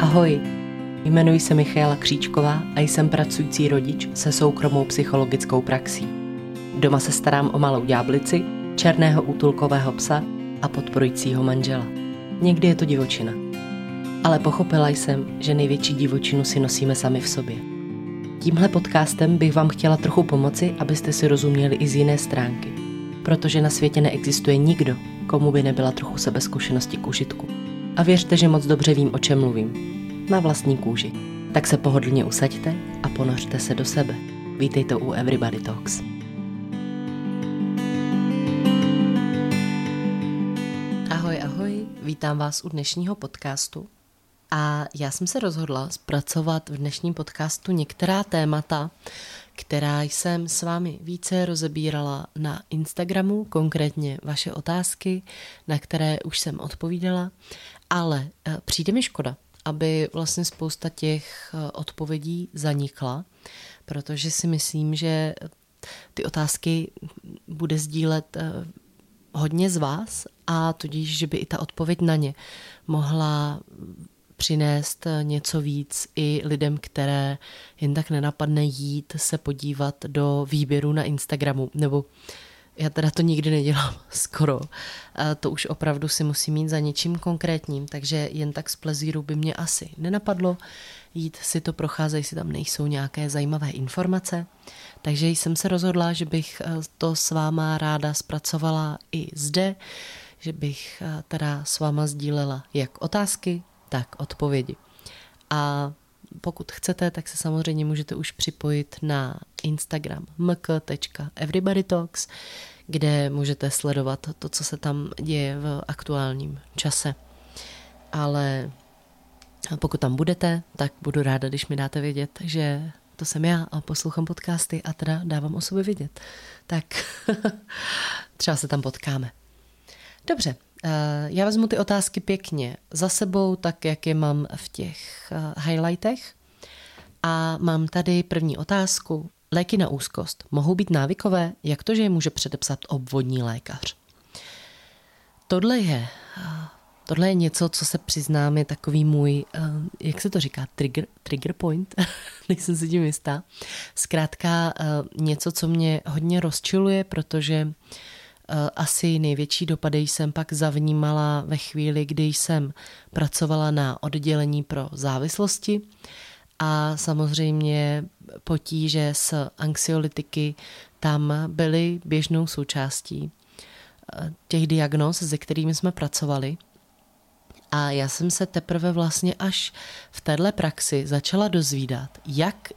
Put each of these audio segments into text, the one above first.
Ahoj, jmenuji se Michaela Kříčková a jsem pracující rodič se soukromou psychologickou praxí. Doma se starám o malou ďáblici, černého útulkového psa a podporujícího manžela. Někdy je to divočina. Ale pochopila jsem, že největší divočinu si nosíme sami v sobě. Tímhle podcastem bych vám chtěla trochu pomoci, abyste si rozuměli i z jiné stránky. Protože na světě neexistuje nikdo, komu by nebyla trochu sebezkušenosti k užitku. A věřte, že moc dobře vím, o čem mluvím. Na vlastní kůži. Tak se pohodlně usaďte a ponořte se do sebe. Vítejte u Everybody Talks. Ahoj, vítám vás u dnešního podcastu. A já jsem se rozhodla zpracovat v dnešním podcastu některá témata, která jsem s vámi více rozebírala na Instagramu, konkrétně vaše otázky, na které už jsem odpovídala, ale přijde mi škoda, aby vlastně spousta těch odpovědí zanikla, protože si myslím, že ty otázky bude sdílet hodně z vás a tudíž, že by i ta odpověď na ně mohla přinést něco víc i lidem, které jen tak nenapadne jít se podívat do výběru na Instagramu, nebo já teda to nikdy nedělám skoro. To už opravdu si musím mít za něčím konkrétním, takže jen tak z plezíru by mě asi nenapadlo jít si to procházet, jestli tam nejsou nějaké zajímavé informace. Takže jsem se rozhodla, že bych to s váma ráda zpracovala i zde, že bych teda s váma sdílela jak otázky, tak odpovědi. A pokud chcete, tak se samozřejmě můžete už připojit na Instagram mk.everybodytalks, kde můžete sledovat to, co se tam děje v aktuálním čase. Ale pokud tam budete, tak budu ráda, když mi dáte vědět, že to jsem já a poslouchám podcasty a teda dávám o sobě vědět. Tak třeba se tam potkáme. Dobře, já vezmu ty otázky pěkně za sebou, tak jak je mám v těch highlightech. A mám tady první otázku. Léky na úzkost mohou být návykové? Jak to, že je může předepsat obvodní lékař? Tohle je něco, co se přiznám, je takový můj, jak se to říká, trigger point? Nejsem si tím jistá. Zkrátka něco, co mě hodně rozčiluje, protože asi největší dopady jsem pak zavnímala ve chvíli, kdy jsem pracovala na oddělení pro závislosti a samozřejmě potíže s anxiolytiky tam byly běžnou součástí těch diagnóz, se kterými jsme pracovali. A já jsem se teprve vlastně až v téhle praxi začala dozvídat, jak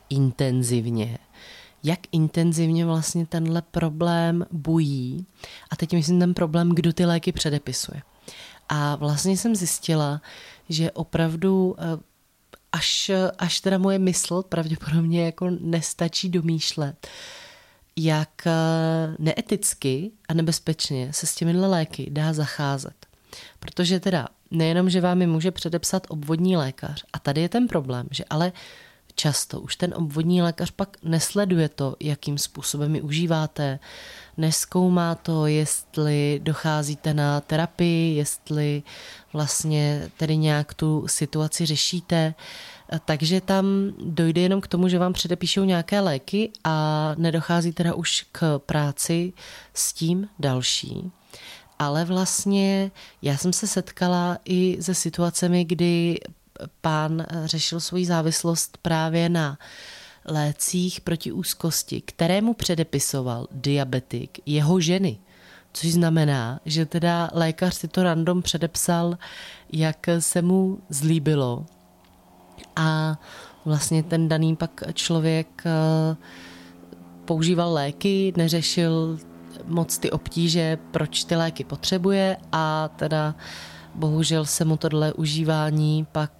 intenzivně vlastně tenhle problém bují. A teď myslím ten problém, kdo ty léky předepisuje. A vlastně jsem zjistila, že opravdu až teda moje mysl pravděpodobně jako nestačí domýšlet, jak neeticky a nebezpečně se s těmihle léky dá zacházet. Protože teda nejenom, že vám je může předepsat obvodní lékař, a tady je ten problém, že ale často už ten obvodní lékař pak nesleduje to, jakým způsobem ji užíváte, nezkoumá to, jestli docházíte na terapii, jestli vlastně tedy nějak tu situaci řešíte. Takže tam dojde jenom k tomu, že vám předepíšou nějaké léky a nedochází teda už k práci s tím další. Ale vlastně já jsem se setkala i se situacemi, kdy pán řešil svoji závislost právě na lécích proti úzkosti, kterému předepisoval diabetik jeho ženy. Což znamená, že teda lékař si to random předepsal, jak se mu zlíbilo. A vlastně ten daný pak člověk používal léky, neřešil moc ty obtíže, proč ty léky potřebuje a teda bohužel se mu tohle užívání pak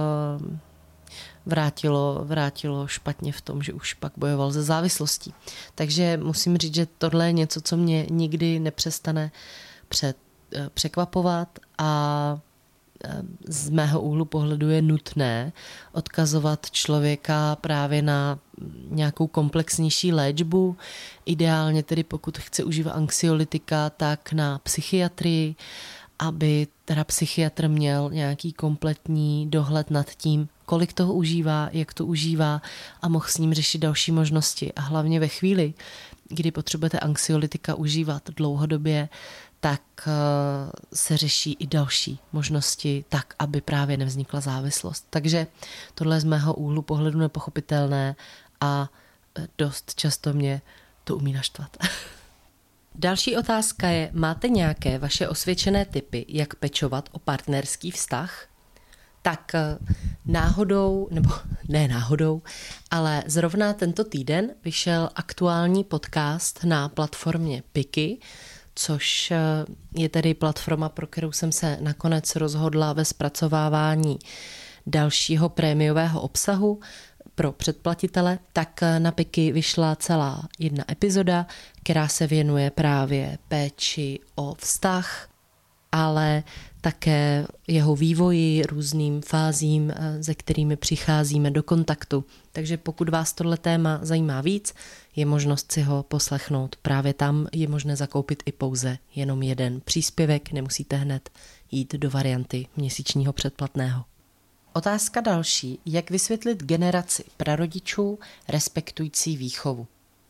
vrátilo špatně v tom, že už pak bojoval se závislostí. Takže musím říct, že tohle je něco, co mě nikdy nepřestane překvapovat a z mého úhlu pohledu je nutné odkazovat člověka právě na nějakou komplexnější léčbu. Ideálně tedy pokud chce užívat anxiolytika, tak na psychiatrii aby teda psychiatr měl nějaký kompletní dohled nad tím, kolik toho užívá, jak to užívá a mohl s ním řešit další možnosti. A hlavně ve chvíli, kdy potřebujete anxiolytika užívat dlouhodobě, tak se řeší i další možnosti tak, aby právě nevznikla závislost. Takže tohle je z mého úhlu pohledu nepochopitelné a dost často mě to umí naštvat. Další otázka je, máte nějaké vaše osvědčené tipy, jak pečovat o partnerský vztah? Tak náhodou, nebo ne náhodou, ale zrovna tento týden vyšel aktuální podcast na platformě Piky, což je tedy platforma, pro kterou jsem se nakonec rozhodla ve zpracovávání dalšího prémiového obsahu pro předplatitele, tak na Piky vyšla celá jedna epizoda, která se věnuje právě péči o vztah, ale také jeho vývoji, různým fázím, se kterými přicházíme do kontaktu. Takže pokud vás tohle téma zajímá víc, je možnost si ho poslechnout. Právě tam je možné zakoupit i pouze jenom jeden příspěvek, nemusíte hned jít do varianty měsíčního předplatného. Otázka další. Jak vysvětlit generaci prarodičů respektující výchovu?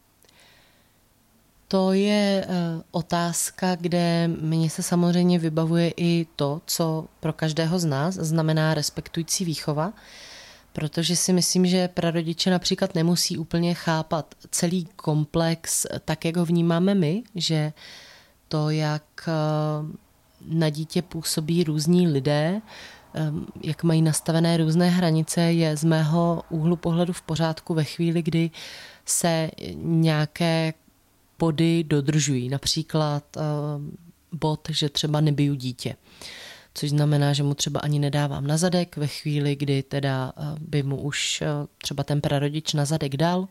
To je otázka, kde mně se samozřejmě vybavuje i to, co pro každého z nás znamená respektující výchova, protože si myslím, že prarodiče například nemusí úplně chápat celý komplex tak, jak ho vnímáme my, že to, jak na dítě působí různí lidé, jak mají nastavené různé hranice, je z mého úhlu pohledu v pořádku ve chvíli, kdy se nějaké body dodržují. Například bod, že třeba nebiju dítě. Což znamená, že mu třeba ani nedávám na zadek ve chvíli, kdy teda by mu už třeba ten prarodič na zadek dal.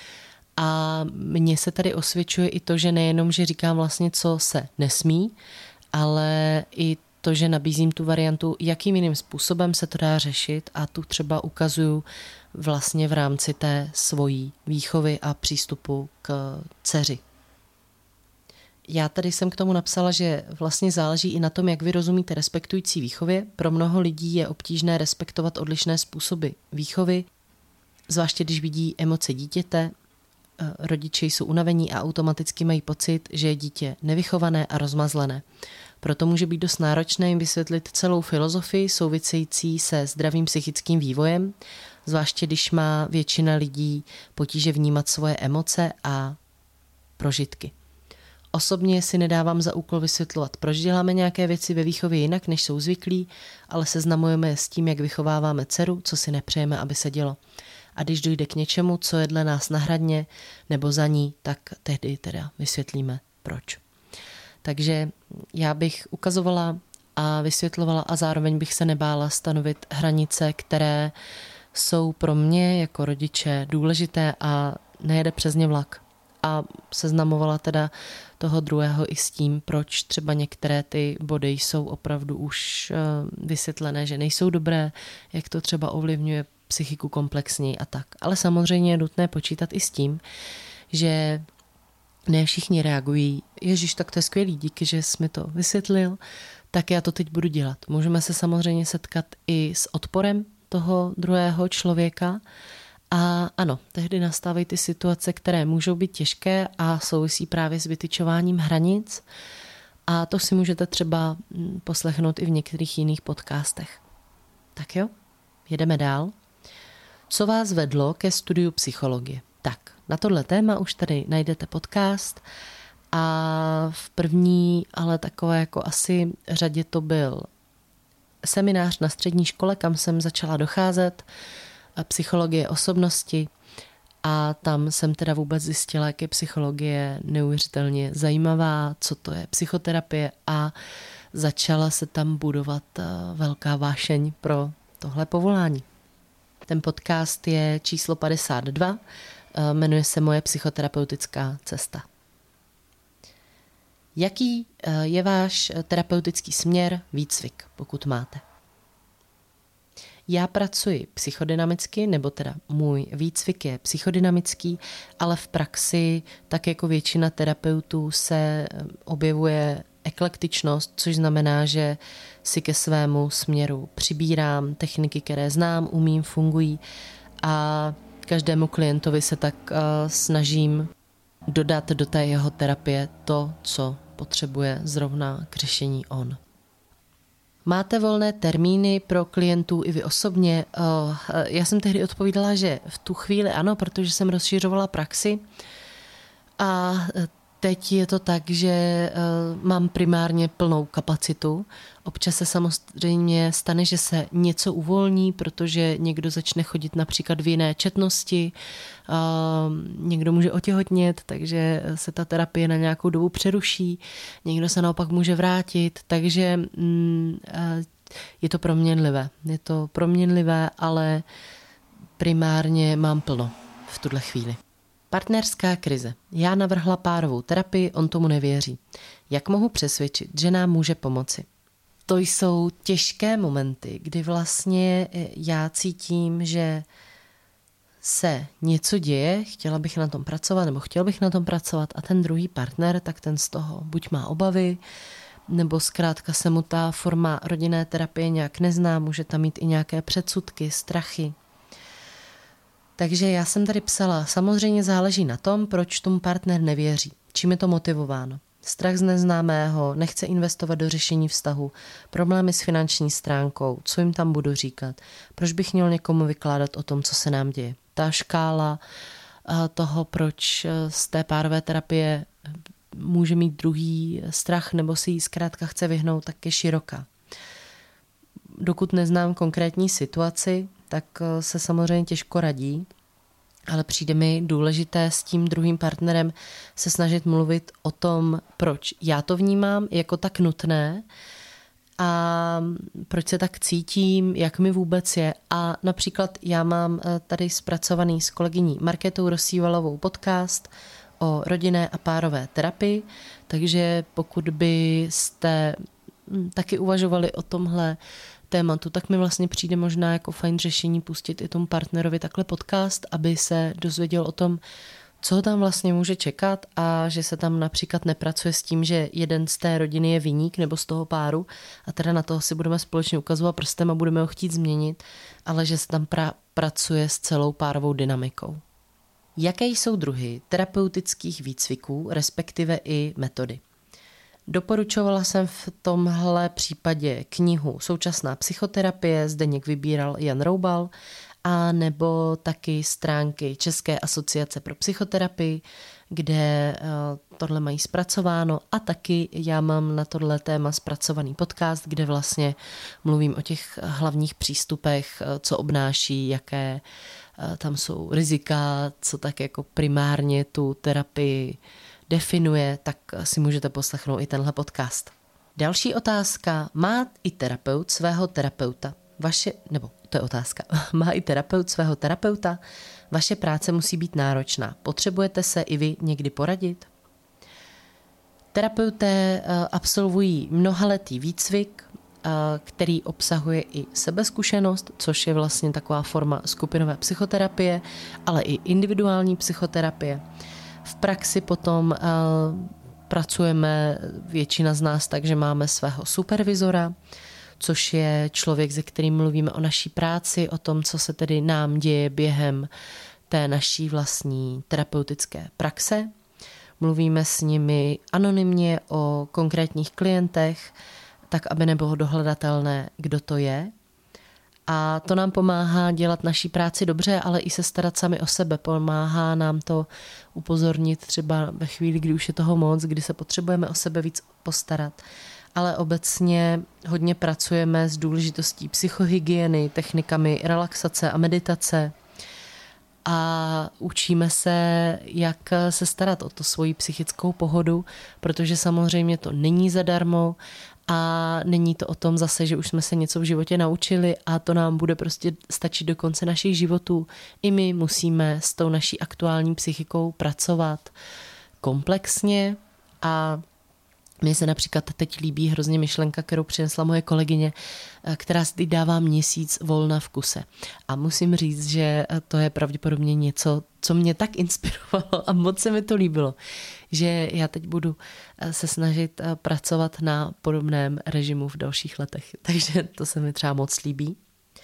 A mně se tady osvědčuje i to, že nejenom, že říkám vlastně, co se nesmí, ale i to, že nabízím tu variantu, jakým jiným způsobem se to dá řešit a tu třeba ukazuju vlastně v rámci té svojí výchovy a přístupu k dceři. Já tady jsem k tomu napsala, že vlastně záleží i na tom, jak vy rozumíte respektující výchově. Pro mnoho lidí je obtížné respektovat odlišné způsoby výchovy, zvláště když vidí emoce dítěte. Rodiče jsou unavení a automaticky mají pocit, že je dítě nevychované a rozmazlené. Proto může být dost náročné jim vysvětlit celou filozofii související se zdravým psychickým vývojem, zvláště když má většina lidí potíže vnímat svoje emoce a prožitky. Osobně si nedávám za úkol vysvětlovat, proč děláme nějaké věci ve výchově jinak, než jsou zvyklí, ale seznamujeme s tím, jak vychováváme dceru, co si nepřejeme, aby se dělo. A když dojde k něčemu, co je dle nás nahradně nebo za ní, tak tehdy teda vysvětlíme, proč. Takže já bych ukazovala a vysvětlovala a zároveň bych se nebála stanovit hranice, které jsou pro mě jako rodiče důležité a nejede přes ně vlak. A seznamovala teda toho druhého i s tím, proč třeba některé ty body jsou opravdu už vysvětlené, že nejsou dobré, jak to třeba ovlivňuje psychiku komplexněji a tak. Ale samozřejmě je nutné počítat i s tím, že ne všichni reagují, ježiš, tak to je skvělý, díky, že jsi mi to vysvětlil, tak já to teď budu dělat. Můžeme se samozřejmě setkat i s odporem toho druhého člověka a ano, tehdy nastávají ty situace, které můžou být těžké a souvisí právě s vytyčováním hranic a to si můžete třeba poslechnout i v některých jiných podcastech. Tak jo, jedeme dál. Co vás vedlo ke studiu psychologie? Tak, na tohle téma už tady najdete podcast a v první, ale takové jako asi řadě to byl seminář na střední škole, kam jsem začala docházet, psychologie osobnosti a tam jsem teda vůbec zjistila, jak je psychologie neuvěřitelně zajímavá, co to je psychoterapie a začala se tam budovat velká vášeň pro tohle povolání. Ten podcast je číslo 52, jmenuje se Moje psychoterapeutická cesta. Jaký je váš terapeutický směr, výcvik, pokud máte? Já pracuji psychodynamicky, nebo teda můj výcvik je psychodynamický, ale v praxi, tak jako většina terapeutů, se objevuje eklektičnost, což znamená, že si ke svému směru přibírám techniky, které znám, umím, fungují a každému klientovi se tak snažím dodat do té jeho terapie to, co potřebuje zrovna k řešení on. Máte volné termíny pro klientů i vy osobně? Já jsem tehdy odpovídala, že v tu chvíli ano, protože jsem rozšiřovala praxi a teď je to tak, že mám primárně plnou kapacitu. Občas se samozřejmě stane, že se něco uvolní, protože někdo začne chodit například v jiné četnosti, někdo může otěhotnět, takže se ta terapie na nějakou dobu přeruší, někdo se naopak může vrátit, takže je to proměnlivé. Je to proměnlivé, ale primárně mám plno v tuhle chvíli. Partnerská krize. Já navrhla párovou terapii, on tomu nevěří. Jak mohu přesvědčit, že nám může pomoci? To jsou těžké momenty, kdy vlastně já cítím, že se něco děje, chtěla bych na tom pracovat, nebo chtěl bych na tom pracovat a ten druhý partner, tak ten z toho buď má obavy, nebo zkrátka se mu ta forma rodinné terapie nějak nezná, může tam mít i nějaké předsudky, strachy. Takže já jsem tady psala, samozřejmě záleží na tom, proč tomu partner nevěří, čím je to motivováno. Strach z neznámého, nechce investovat do řešení vztahu, problémy s finanční stránkou, co jim tam budu říkat, proč bych měl někomu vykládat o tom, co se nám děje. Ta škála toho, proč z té párové terapie může mít druhý strach nebo si jí zkrátka chce vyhnout, tak je široká. Dokud neznám konkrétní situaci, tak se samozřejmě těžko radí, ale přijde mi důležité s tím druhým partnerem se snažit mluvit o tom, proč já to vnímám jako tak nutné a proč se tak cítím, jak mi vůbec je. A například já mám tady zpracovaný s kolegyní Markétou Rosívalovou podcast o rodinné a párové terapii, takže pokud byste taky uvažovali o tomhle tématu, tak mi vlastně přijde možná jako fajn řešení pustit i tomu partnerovi takhle podcast, aby se dozvěděl o tom, co ho tam vlastně může čekat a že se tam například nepracuje s tím, že jeden z té rodiny je viník nebo z toho páru a teda na toho si budeme společně ukazovat prstem a budeme ho chtít změnit, ale že se tam pracuje s celou párovou dynamikou. Jaké jsou druhy terapeutických výcviků, respektive i metody? Doporučovala jsem v tomhle případě knihu Současná psychoterapie, Zdeněk vybíral, Jan Roubal, a nebo taky stránky České asociace pro psychoterapii, kde tohle mají zpracováno a taky já mám na tohle téma zpracovaný podcast, kde vlastně mluvím o těch hlavních přístupech, co obnáší, jaké tam jsou rizika, co tak jako primárně tu terapii definuje, tak si můžete poslechnout i tenhle podcast. Další otázka. Má i terapeut svého terapeuta? Má i terapeut svého terapeuta? Vaše práce musí být náročná. Potřebujete se i vy někdy poradit? Terapeuté absolvují mnohaletý výcvik, který obsahuje i sebezkušenost, což je vlastně taková forma skupinové psychoterapie, ale i individuální psychoterapie. V praxi potom pracujeme většina z nás tak, že máme svého supervizora, což je člověk, se kterým mluvíme o naší práci, o tom, co se tedy nám děje během té naší vlastní terapeutické praxe. Mluvíme s nimi anonymně o konkrétních klientech, tak aby nebylo dohledatelné, kdo to je. A to nám pomáhá dělat naší práci dobře, ale i se starat sami o sebe. Pomáhá nám to upozornit třeba ve chvíli, kdy už je toho moc, kdy se potřebujeme o sebe víc postarat. Ale obecně hodně pracujeme s důležitostí psychohygieny, technikami relaxace a meditace a učíme se, jak se starat o tu svoji psychickou pohodu, protože samozřejmě to není zadarmo a není to o tom zase, že už jsme se něco v životě naučili a to nám bude prostě stačit do konce našich životů. I my musíme s tou naší aktuální psychikou pracovat komplexně a mně se například teď líbí hrozně myšlenka, kterou přinesla moje kolegyně, která si dává měsíc volna v kuse. A musím říct, že to je pravděpodobně něco, co mě tak inspirovalo a moc se mi to líbilo, že já teď budu se snažit pracovat na podobném režimu v dalších letech. Takže to se mi třeba moc líbí.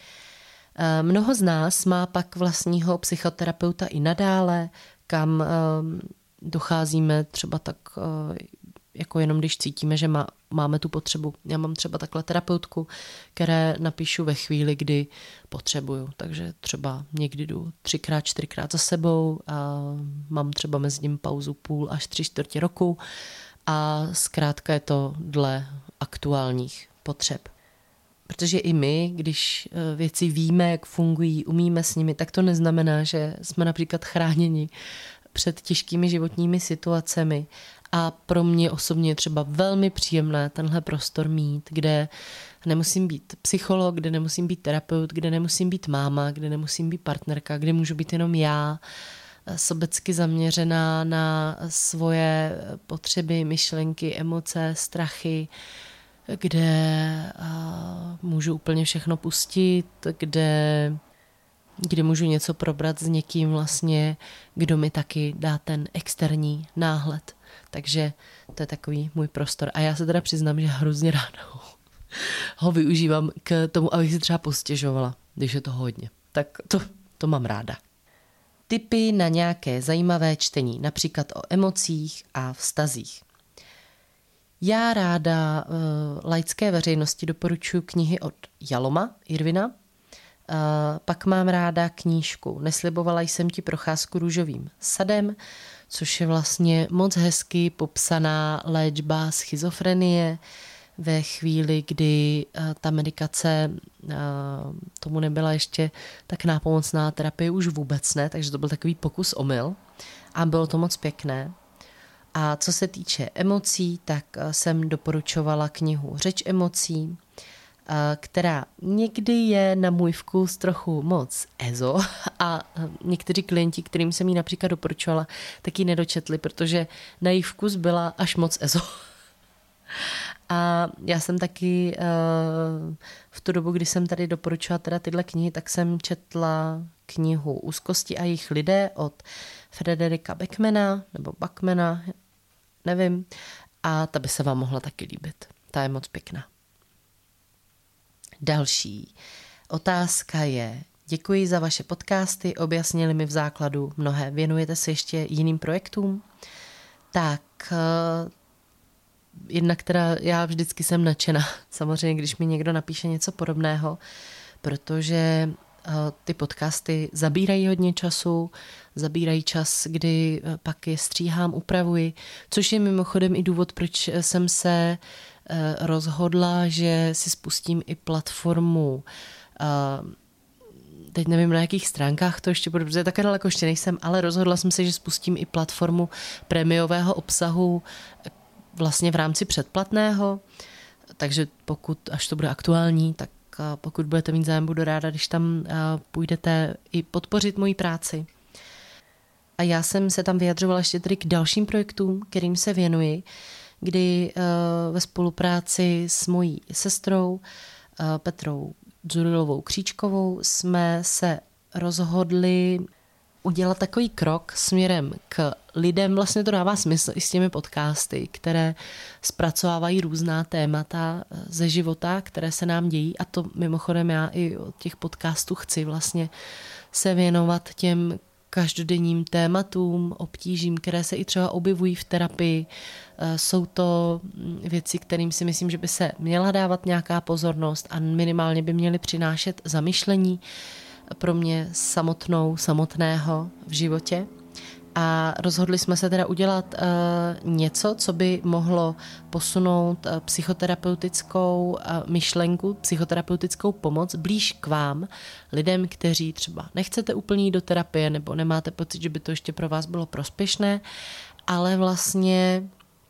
Mnoho z nás má pak vlastního psychoterapeuta i nadále, kam docházíme třeba tak jako jenom když cítíme, že máme tu potřebu. Já mám třeba takhle terapeutku, které napíšu ve chvíli, kdy potřebuju. Takže třeba někdy jdu 3x, 4x za sebou a mám třeba mezi tím pauzu 0,5 až 3/4 roku a zkrátka je to dle aktuálních potřeb. Protože i my, když věci víme, jak fungují, umíme s nimi, tak to neznamená, že jsme například chráněni před těžkými životními situacemi. A pro mě osobně je třeba velmi příjemné tenhle prostor mít, kde nemusím být psycholog, kde nemusím být terapeut, kde nemusím být máma, kde nemusím být partnerka, kde můžu být jenom já, sobecky zaměřená na svoje potřeby, myšlenky, emoce, strachy, kde můžu úplně všechno pustit, kde můžu něco probrat s někým vlastně, kdo mi taky dá ten externí náhled. Takže to je takový můj prostor. A já se teda přiznám, že hrozně ráda ho využívám k tomu, abych si třeba postěžovala, když je to hodně. Tak to mám ráda. Tipy na nějaké zajímavé čtení, například o emocích a vztazích. Já ráda laické veřejnosti doporučuji knihy od Jaloma Irvina. Pak mám ráda knížku Neslibovala jsem ti procházku růžovým sadem, což je vlastně moc hezky popsaná léčba schizofrenie ve chvíli, kdy ta medikace tomu nebyla ještě tak nápomocná, terapie už vůbec ne, takže to byl takový pokus omyl a bylo to moc pěkné. A co se týče emocí, tak jsem doporučovala knihu Řeč emocí, která někdy je na můj vkus trochu moc ezo a někteří klienti, kterým jsem ji například doporučovala, tak ji nedočetli, protože na jejich vkus byla až moc ezo. A já jsem taky v tu dobu, kdy jsem tady doporučovala teda tyhle knihy, tak jsem četla knihu Úzkosti a jejich lidé od Frederika Bachmana, nevím, a ta by se vám mohla taky líbit. Ta je moc pěkná. Další otázka je: děkuji za vaše podcasty, objasnili mi v základu mnohé. Věnujete se ještě jiným projektům? Tak jedna, která já vždycky jsem nadšená, samozřejmě, když mi někdo napíše něco podobného, protože ty podcasty zabírají hodně času, zabírají čas, kdy pak je stříhám, upravuji, což je mimochodem i důvod, proč jsem se rozhodla, že si spustím i platformu. Teď nevím, na jakých stránkách to ještě bude, protože také daleko ještě nejsem, ale rozhodla jsem se, že spustím i platformu prémiového obsahu vlastně v rámci předplatného, takže až to bude aktuální, tak pokud budete mít zájem, budu ráda, když tam půjdete i podpořit moji práci. A já jsem se tam vyjadřovala ještě tedy k dalším projektům, kterým se věnuji, kdy ve spolupráci s mojí sestrou Petrou Dzurilovou Kříčkovou jsme se rozhodli udělat takový krok směrem k lidem. Vlastně to dává smysl i s těmi podcasty, které zpracovávají různá témata ze života, které se nám dějí, a to mimochodem já i od těch podcastů chci vlastně se věnovat těm každodenním tématům, obtížím, které se i třeba objevují v terapii. Jsou to věci, kterým si myslím, že by se měla dávat nějaká pozornost a minimálně by měly přinášet zamyšlení pro mě samotného v životě. A rozhodli jsme se teda udělat něco, co by mohlo posunout psychoterapeutickou myšlenku, psychoterapeutickou pomoc blíž k vám, lidem, kteří třeba nechcete úplně jít do terapie nebo nemáte pocit, že by to ještě pro vás bylo prospěšné, ale vlastně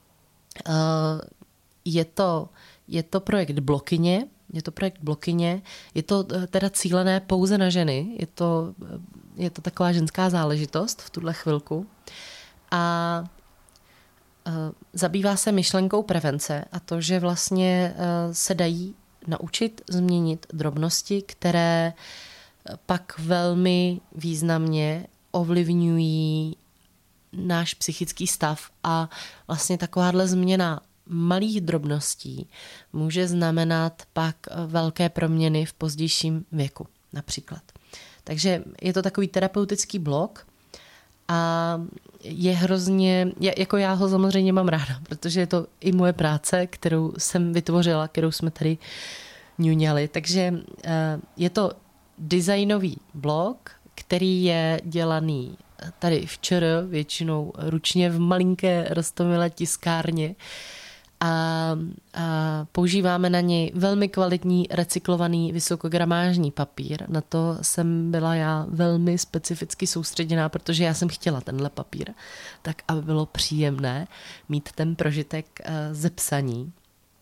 je to projekt Blokyně. Je to teda cílené pouze na ženy, je to taková ženská záležitost v tuhle chvilku a zabývá se myšlenkou prevence a to, že vlastně se dají naučit změnit drobnosti, které pak velmi významně ovlivňují náš psychický stav a vlastně takováhle změna malých drobností může znamenat pak velké proměny v pozdějším věku například. Takže je to takový terapeutický blok a je hrozně, jako já ho samozřejmě mám ráda, protože je to i moje práce, kterou jsem vytvořila, kterou jsme tady ňuňali. Takže je to designový blok, který je dělaný tady v ČR, většinou ručně v malinké roztomilé tiskárně a používáme na něj velmi kvalitní recyklovaný vysokogramážní papír. Na to jsem byla já velmi specificky soustředěná, protože já jsem chtěla tenhle papír, tak aby bylo příjemné mít ten prožitek ze psaní.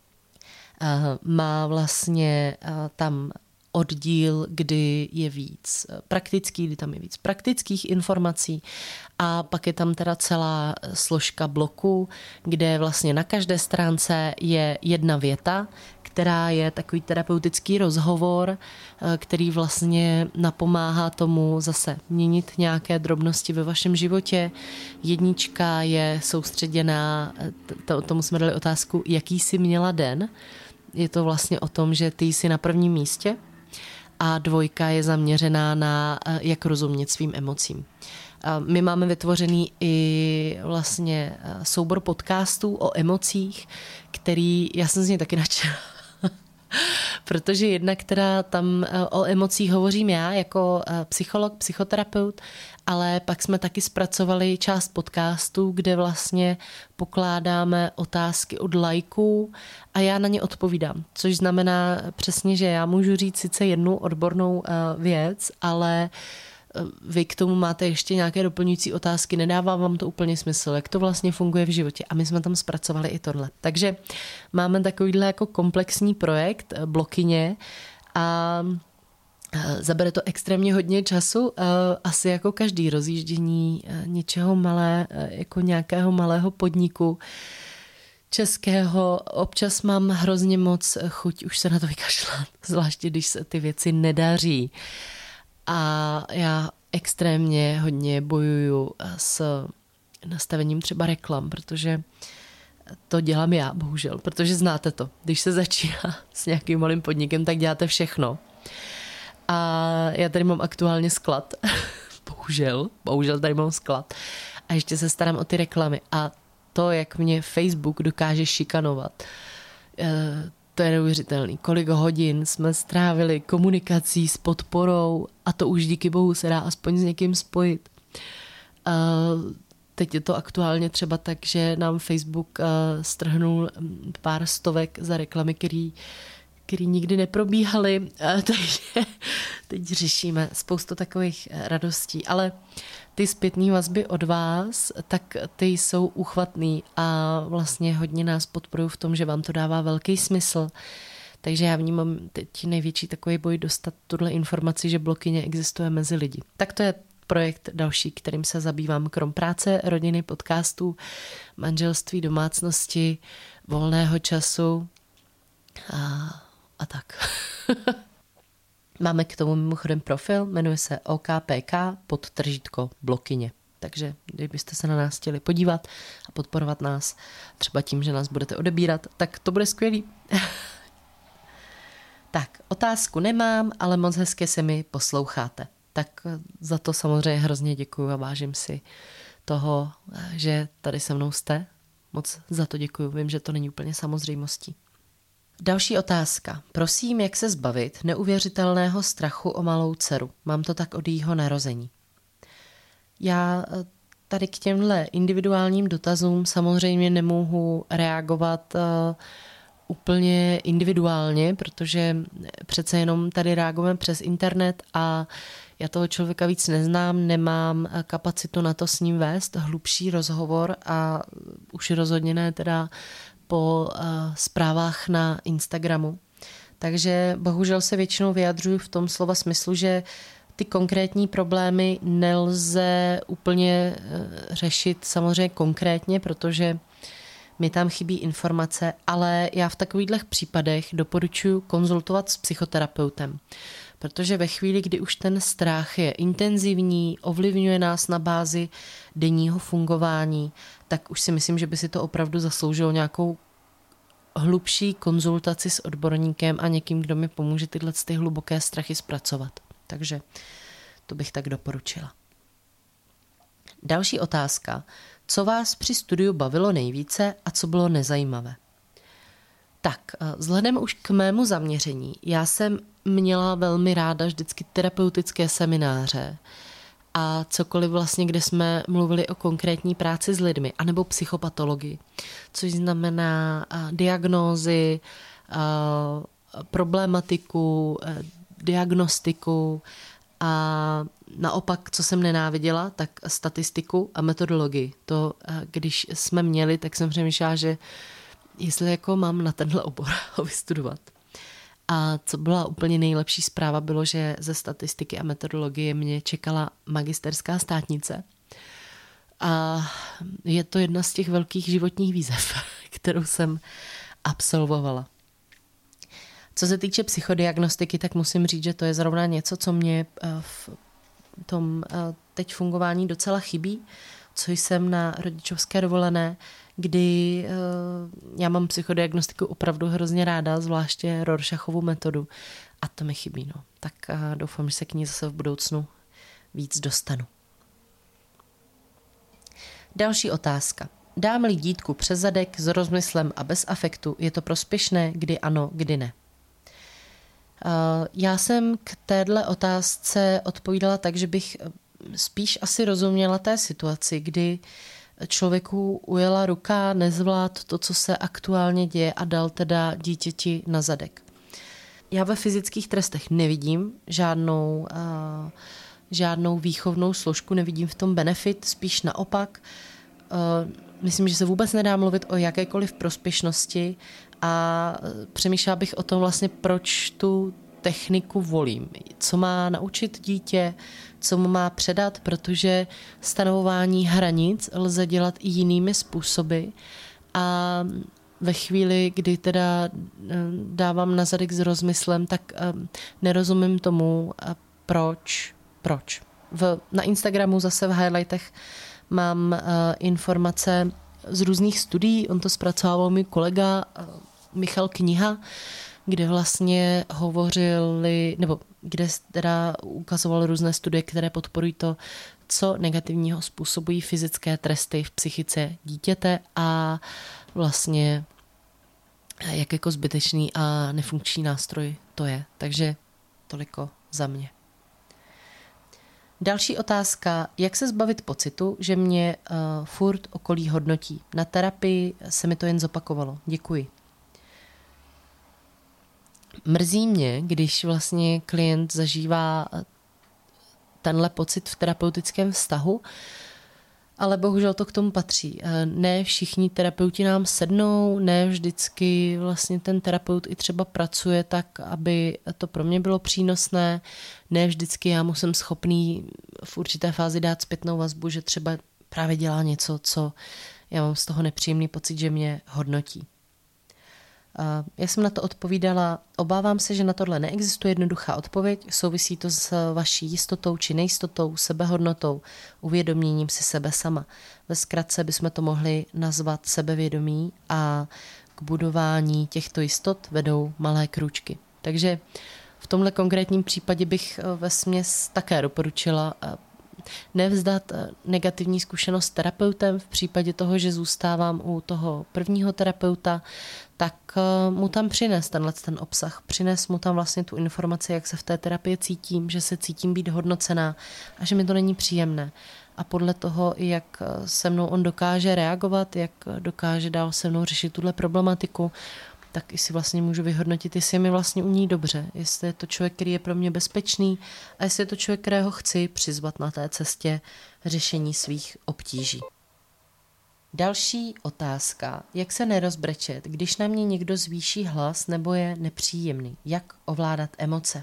Má vlastně tam oddíl, kdy je víc praktický, kdy tam je víc praktických informací a pak je tam teda celá složka bloku, kde vlastně na každé stránce je jedna věta, která je takový terapeutický rozhovor, který vlastně napomáhá tomu zase měnit nějaké drobnosti ve vašem životě. Jednička je soustředěná, tomu jsme dali otázku, jaký jsi měla den. Je to vlastně o tom, že ty jsi na prvním místě a 2 je zaměřená na jak rozumět svým emocím. My máme vytvořený i vlastně soubor podcastů o emocích, který, já jsem z něj taky nadšená, protože jedna, která tam o emocích hovořím já jako psycholog, psychoterapeut, ale pak jsme taky zpracovali část podcastů, kde vlastně pokládáme otázky od lajků a já na ně odpovídám, což znamená přesně, že já můžu říct sice jednu odbornou věc, ale vy k tomu máte ještě nějaké doplňující otázky, nedává vám to úplně smysl, jak to vlastně funguje v životě a my jsme tam zpracovali i tohle. Takže máme takovýhle jako komplexní projekt, blokyně a zabere to extrémně hodně času, asi jako každý rozjíždění něčeho malé, jako nějakého malého podniku českého. Občas mám hrozně moc chuť už se na to vykašlat, zvláště když se ty věci nedaří. A já extrémně hodně bojuju s nastavením třeba reklam, protože to dělám já, bohužel, protože znáte to. Když se začíná s nějakým malým podnikem, tak děláte všechno. A já tady mám aktuálně sklad. bohužel tady mám sklad. A ještě se starám o ty reklamy. A to, jak mě Facebook dokáže šikanovat, to je neuvěřitelný. Kolik hodin jsme strávili komunikací s podporou a to už díky bohu se dá aspoň s někým spojit. Teď je to aktuálně třeba tak, že nám Facebook strhnul pár stovek za reklamy, který nikdy neprobíhaly, takže teď řešíme spoustu takových radostí, ale ty zpětné vazby od vás, tak ty jsou uchvatný a vlastně hodně nás podporují v tom, že vám to dává velký smysl. Takže já vnímám teď největší takový boj dostat tuhle informaci, že blokyně existuje mezi lidi. Tak to je projekt další, kterým se zabývám krom práce, rodiny, podcastů, manželství, domácnosti, volného času a tak. Máme k tomu mimochodem profil, jmenuje se OKPK_blokyně. Takže kdybyste se na nás chtěli podívat a podporovat nás, třeba tím, že nás budete odebírat, tak to bude skvělý. Tak, otázku nemám, ale moc hezky se mi posloucháte. Tak za to samozřejmě hrozně děkuju a vážím si toho, že tady se mnou jste. Moc za to děkuju, vím, že to není úplně samozřejmostí. Další otázka. Prosím, jak se zbavit neuvěřitelného strachu o malou dceru? Mám to tak od jejího narození. Já tady k těmhle individuálním dotazům samozřejmě nemohu reagovat úplně individuálně, protože přece jenom tady reagujeme přes internet a já toho člověka víc neznám, nemám kapacitu na to s ním vést hlubší rozhovor a už rozhodně ne teda po zprávách na Instagramu. Takže bohužel se většinou vyjadřuju v tom slova smyslu, že ty konkrétní problémy nelze úplně řešit samozřejmě konkrétně, protože mi tam chybí informace, ale já v takovýchto případech doporučuji konzultovat s psychoterapeutem, Protože ve chvíli, kdy už ten strach je intenzivní, ovlivňuje nás na bázi denního fungování, tak už si myslím, že by si to opravdu zasloužilo nějakou hlubší konzultaci s odborníkem a někým, kdo mi pomůže tyhle hluboké strachy zpracovat. Takže to bych tak doporučila. Další otázka. Co vás při studiu bavilo nejvíce a co bylo nezajímavé? Tak, vzhledem už k mému zaměření, já jsem měla velmi ráda vždycky terapeutické semináře a cokoliv vlastně, kde jsme mluvili o konkrétní práci s lidmi, anebo psychopatologii, což znamená diagnózy, problematiku, diagnostiku a naopak, co jsem nenáviděla, tak statistiku a metodologii. To, když jsme měli, tak jsem přemýšlela, že jestli jako mám na tenhle obor ho vystudovat. A co byla úplně nejlepší zpráva, bylo, že ze statistiky a metodologie mě čekala magisterská státnice. A je to jedna z těch velkých životních výzev, kterou jsem absolvovala. Co se týče psychodiagnostiky, tak musím říct, že to je zrovna něco, co mě v tom teď fungování docela chybí, co jsem na rodičovské dovolené, kdy já mám psychodiagnostiku opravdu hrozně ráda, zvláště Rorschachovu metodu. A to mi chybí. No. Tak doufám, že se k ní zase v budoucnu víc dostanu. Další otázka. Dám-li dítku přes zadek s rozmyslem a bez afektu, je to prospěšné, kdy ano, kdy ne? Já jsem k téhle otázce odpovídala tak, že bych spíš asi rozuměla té situaci, kdy člověku ujela ruka, nezvlád to, co se aktuálně děje a dal teda dítěti na zadek. Já ve fyzických trestech nevidím žádnou výchovnou složku, nevidím v tom benefit, spíš naopak. Myslím, že se vůbec nedá mluvit o jakékoliv prospěšnosti a přemýšlela bych o tom vlastně, proč tu techniku volím. Co má naučit dítě, co mu má předat, protože stanovování hranic lze dělat i jinými způsoby a ve chvíli, kdy teda dávám na zadek s rozmyslem, tak nerozumím tomu, proč. Na Instagramu zase v highlightech mám informace z různých studií, on to zpracovával můj kolega Michal Kniha, kde vlastně kde teda ukazoval různé studie, které podporují to, co negativního způsobují fyzické tresty v psychice dítěte a vlastně jak jako zbytečný a nefunkční nástroj to je. Takže toliko za mě. Další otázka, jak se zbavit pocitu, že mě furt okolí hodnotí. Na terapii se mi to jen zopakovalo. Děkuji. Mrzí mě, když vlastně klient zažívá tenhle pocit v terapeutickém vztahu, ale bohužel to k tomu patří. Ne všichni terapeuti nám sednou, ne vždycky vlastně ten terapeut i třeba pracuje tak, aby to pro mě bylo přínosné, ne vždycky já mu jsem schopný v určité fázi dát zpětnou vazbu, že třeba právě dělá něco, co já mám z toho nepříjemný pocit, že mě hodnotí. Já jsem na to odpovídala, obávám se, že na tohle neexistuje jednoduchá odpověď, souvisí to s vaší jistotou či nejistotou, sebehodnotou, uvědoměním si sebe sama. Ve zkratce bychom to mohli nazvat sebevědomí a k budování těchto jistot vedou malé krůčky. Takže v tomhle konkrétním případě bych vesměs také doporučila nevzdat negativní zkušenost s terapeutem v případě toho, že zůstávám u toho prvního terapeuta, tak mu tam přines ten obsah, přines mu tam vlastně tu informaci, jak se v té terapii cítím, že se cítím být hodnocená a že mi to není příjemné. A podle toho, jak se mnou on dokáže reagovat, jak dokáže dál se mnou řešit tuhle problematiku, tak i si vlastně můžu vyhodnotit, jestli je mi vlastně u ní dobře, jestli je to člověk, který je pro mě bezpečný a jestli je to člověk, kterého chci přizvat na té cestě řešení svých obtíží. Další otázka. Jak se nerozbrečet, když na mě někdo zvýší hlas nebo je nepříjemný? Jak ovládat emoce?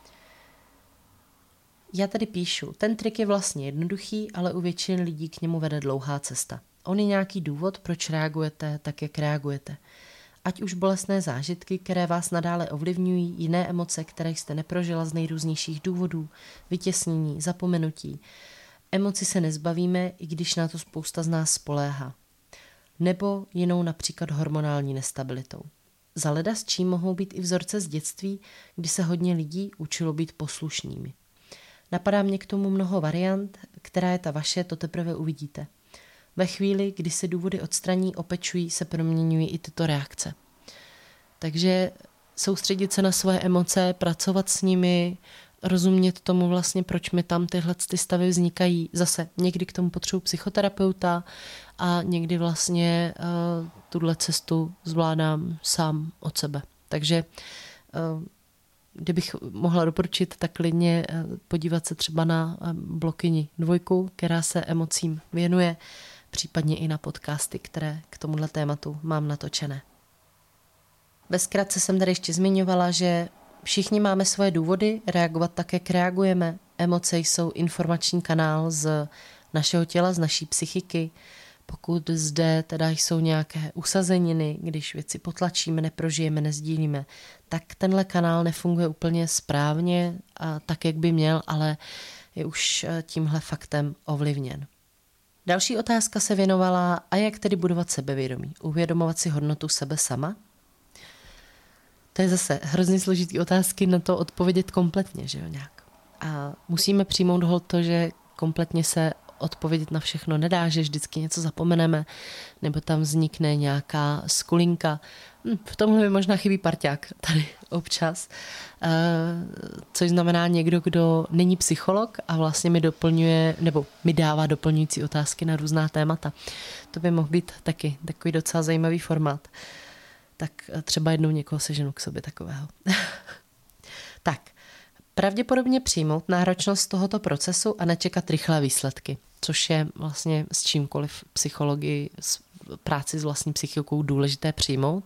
Já tady píšu, ten trik je vlastně jednoduchý, ale u většiny lidí k němu vede dlouhá cesta. On je nějaký důvod, proč reagujete tak, jak reagujete. Ať už bolestné zážitky, které vás nadále ovlivňují, jiné emoce, které jste neprožila z nejrůznějších důvodů, vytěsnění, zapomenutí. Emoci se nezbavíme, i když na to spousta z nás spoléhá. Nebo jinou například hormonální nestabilitou. Zaleda s čím mohou být i vzorce z dětství, kdy se hodně lidí učilo být poslušnými. Napadá mě k tomu mnoho variant, která je ta vaše, to teprve uvidíte. Ve chvíli, kdy se důvody odstraní, opečují, se proměňují i tyto reakce. Takže soustředit se na svoje emoce, pracovat s nimi, rozumět tomu vlastně, proč mi tam tyhle stavy vznikají. Zase někdy k tomu potřebuji psychoterapeuta a někdy vlastně tuhle cestu zvládám sám od sebe. Takže kdybych mohla doporučit, tak klidně podívat se třeba na blokyni 2, která se emocím věnuje, případně i na podcasty, které k tomuhle tématu mám natočené. Ve zkratce jsem tady ještě zmiňovala, že všichni máme svoje důvody reagovat tak, jak reagujeme. Emoce jsou informační kanál z našeho těla, z naší psychiky. Pokud zde teda jsou nějaké usazeniny, když věci potlačíme, neprožijeme, nezdílíme, tak tenhle kanál nefunguje úplně správně a tak, jak by měl, ale je už tímhle faktem ovlivněn. Další otázka se věnovala, a jak tedy budovat sebevědomí? Uvědomovat si hodnotu sebe sama? To je zase hrozně složitý otázky na to odpovědět kompletně, že jo, nějak. A musíme přijmout hold to, že kompletně se odpovědět na všechno nedá, že vždycky něco zapomeneme, nebo tam vznikne nějaká skulinka. V tomhle mi možná chybí parťák tady občas, což znamená někdo, kdo není psycholog a vlastně mi doplňuje, nebo mi dává doplňující otázky na různá témata. To by mohl být taky takový docela zajímavý formát. Tak třeba jednou někoho seženu k sobě takového. Tak, pravděpodobně přijmout náročnost tohoto procesu a nečekat rychlé výsledky, což je vlastně s čímkoliv psychologii, práci s vlastní psychikou důležité přijmout,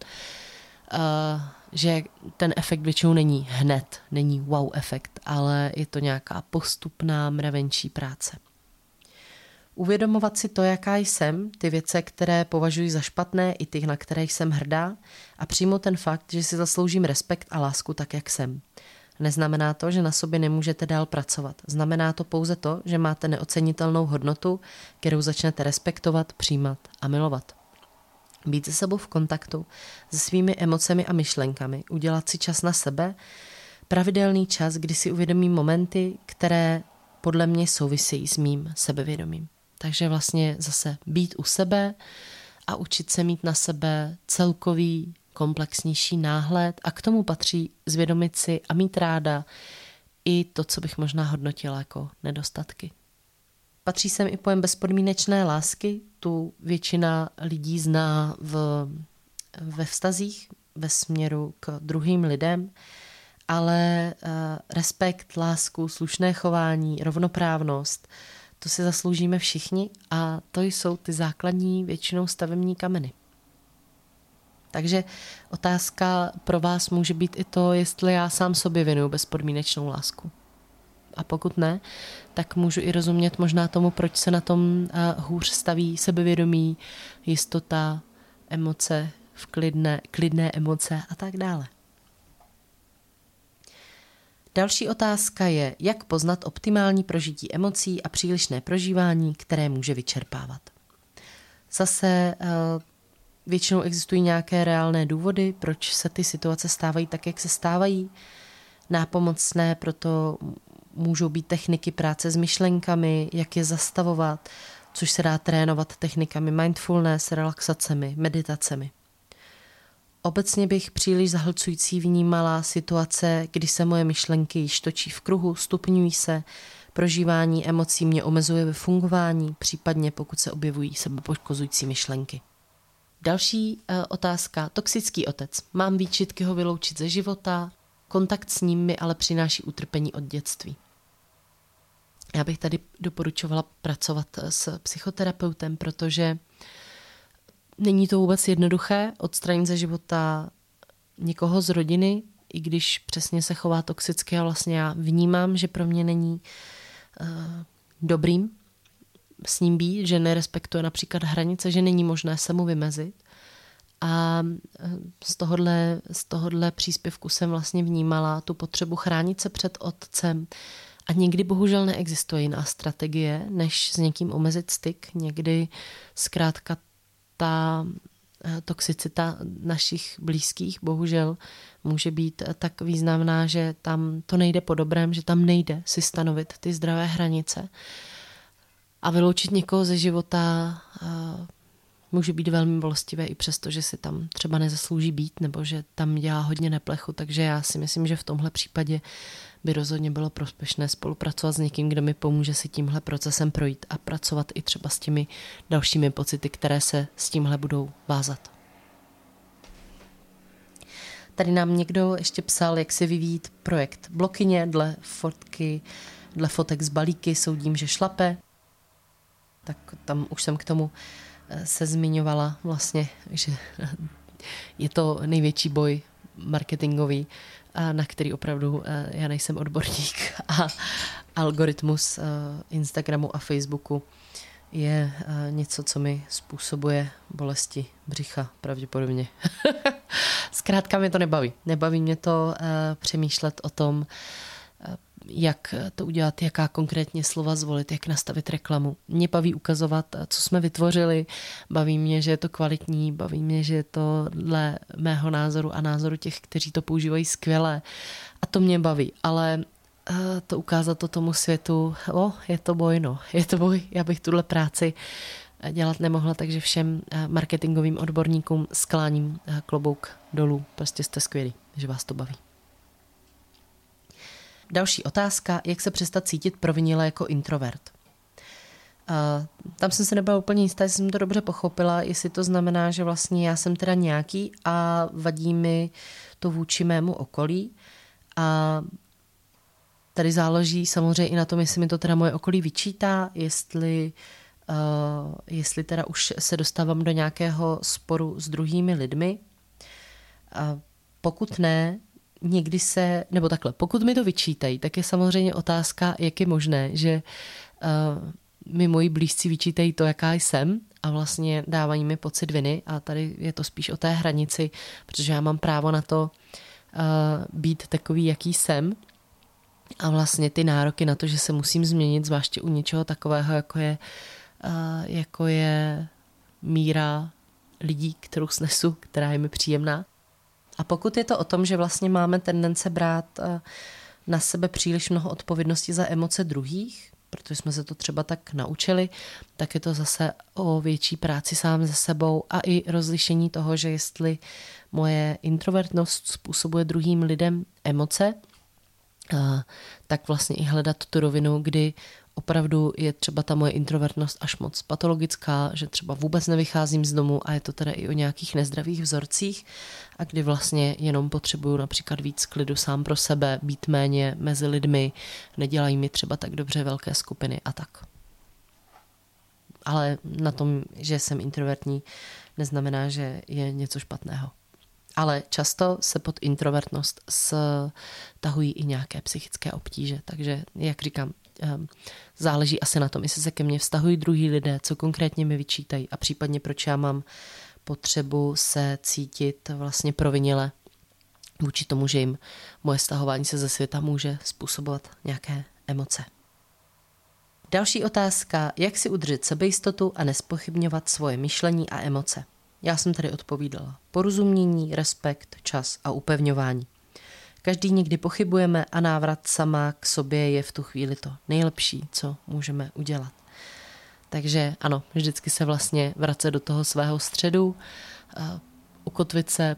že ten efekt většinou není hned, není wow efekt, ale je to nějaká postupná mravenčí práce. Uvědomovat si to, jaká jsem, ty věci, které považuji za špatné, i ty, na které jsem hrdá, a přijmout ten fakt, že si zasloužím respekt a lásku tak, jak jsem. Neznamená to, že na sobě nemůžete dál pracovat. Znamená to pouze to, že máte neocenitelnou hodnotu, kterou začnete respektovat, přijímat a milovat. Být se sebou v kontaktu, se svými emocemi a myšlenkami, udělat si čas na sebe, pravidelný čas, kdy si uvědomím momenty, které podle mě souvisejí s mým sebevědomím. Takže vlastně zase být u sebe a učit se mít na sebe celkový komplexnější náhled a k tomu patří zvědomit si a mít ráda i to, co bych možná hodnotila jako nedostatky. Patří sem i pojem bezpodmínečné lásky, tu většina lidí zná ve vztazích, ve směru k druhým lidem, ale respekt, lásku, slušné chování, rovnoprávnost, to si zasloužíme všichni a to jsou ty základní většinou stavební kameny. Takže otázka pro vás může být i to, jestli já sám sobě věnuju bezpodmínečnou lásku. A pokud ne, tak můžu i rozumět možná tomu, proč se na tom hůř staví sebevědomí, jistota, emoce, klidné emoce a tak dále. Další otázka je, jak poznat optimální prožití emocí a přílišné prožívání, které může vyčerpávat. Zase většinou existují nějaké reálné důvody, proč se ty situace stávají tak, jak se stávají. Nápomocné proto můžou být techniky práce s myšlenkami, jak je zastavovat, což se dá trénovat technikami mindfulness, relaxacemi, meditacemi. Obecně bych příliš zahlcující vnímala situace, kdy se moje myšlenky již točí v kruhu, stupňují se, prožívání emocí mě omezuje ve fungování, případně pokud se objevují sebepoškozující myšlenky. Další otázka. Toxický otec. Mám výčitky ho vyloučit ze života, kontakt s ním mi ale přináší utrpení od dětství. Já bych tady doporučovala pracovat s psychoterapeutem, protože není to vůbec jednoduché odstranit ze života někoho z rodiny, i když přesně se chová toxicky a vlastně já vnímám, že pro mě není dobrým s ním být, že nerespektuje například hranice, že není možné se mu vymezit. A z tohohle příspěvku jsem vlastně vnímala tu potřebu chránit se před otcem. A někdy bohužel neexistuje jiná strategie, než s někým omezit styk. Někdy zkrátka ta toxicita našich blízkých bohužel může být tak významná, že tam to nejde po dobrém, že tam nejde si stanovit ty zdravé hranice. A vyloučit někoho ze života může být velmi bolestivé i přesto, že si tam třeba nezaslouží být nebo že tam dělá hodně neplechu. Takže já si myslím, že v tomhle případě by rozhodně bylo prospěšné spolupracovat s někým, kdo mi pomůže si tímhle procesem projít a pracovat i třeba s těmi dalšími pocity, které se s tímhle budou vázat. Tady nám někdo ještě psal, jak se vyvíjí projekt Blokyně, dle fotek z balíky soudím, že šlape. Tak tam už jsem k tomu se zmiňovala vlastně, že je to největší boj marketingový, na který opravdu já nejsem odborník a algoritmus Instagramu a Facebooku je něco, co mi způsobuje bolesti břicha pravděpodobně. Zkrátka mě to nebaví. Nebaví mě to přemýšlet o tom, jak to udělat, jaká konkrétně slova zvolit, jak nastavit reklamu. Mě baví ukazovat, co jsme vytvořili, baví mě, že je to kvalitní, baví mě, že je to dle mého názoru a názoru těch, kteří to používají skvěle. A to mě baví, ale to ukázat to tomu světu, je to boj, je to boj. Já bych tuhle práci dělat nemohla, takže všem marketingovým odborníkům skláním klobouk dolů. Prostě jste skvělí, že vás to baví. Další otázka, jak se přestat cítit provinile jako introvert. Tam jsem se nebyla úplně jistá, jestli jsem to dobře pochopila, jestli to znamená, že vlastně já jsem teda nějaký a vadí mi to vůči mému okolí. A tady záleží samozřejmě i na tom, jestli mi to teda moje okolí vyčítá, jestli teda už se dostávám do nějakého sporu s druhými lidmi. Pokud ne, pokud mi to vyčítají, tak je samozřejmě otázka, jak je možné, že mi moji blízcí vyčítají to, jaká jsem a vlastně dávají mi pocit viny a tady je to spíš o té hranici, protože já mám právo na to být takový, jaký jsem a vlastně ty nároky na to, že se musím změnit, zvláště u něčeho takového, jako je míra lidí, kterou snesu, která je mi příjemná. A pokud je to o tom, že vlastně máme tendence brát na sebe příliš mnoho odpovědnosti za emoce druhých, protože jsme se to třeba tak naučili, tak je to zase o větší práci sám se sebou a i rozlišení toho, že jestli moje introvertnost způsobuje druhým lidem emoce, tak vlastně i hledat tu rovinu, kdy opravdu je třeba ta moje introvertnost až moc patologická, že třeba vůbec nevycházím z domu a je to teda i o nějakých nezdravých vzorcích a kdy vlastně jenom potřebuju například víc klidu sám pro sebe, být méně mezi lidmi, nedělají mi třeba tak dobře velké skupiny a tak. Ale na tom, že jsem introvertní, neznamená, že je něco špatného. Ale často se pod introvertnost stahují i nějaké psychické obtíže, takže, jak říkám, záleží asi na tom, jestli se ke mně vztahují druhý lidé, co konkrétně mi vyčítají a případně proč já mám potřebu se cítit vlastně provinile vůči tomu, že jim moje stahování se ze světa může způsobovat nějaké emoce. Další otázka, jak si udržet sebejistotu a nespochybňovat svoje myšlení a emoce. Já jsem tady odpovídala. Porozumění, respekt, čas a upevňování. Každý někdy pochybujeme a návrat sama k sobě je v tu chvíli to nejlepší, co můžeme udělat. Takže ano, vždycky se vlastně vracet do toho svého středu, ukotvit se,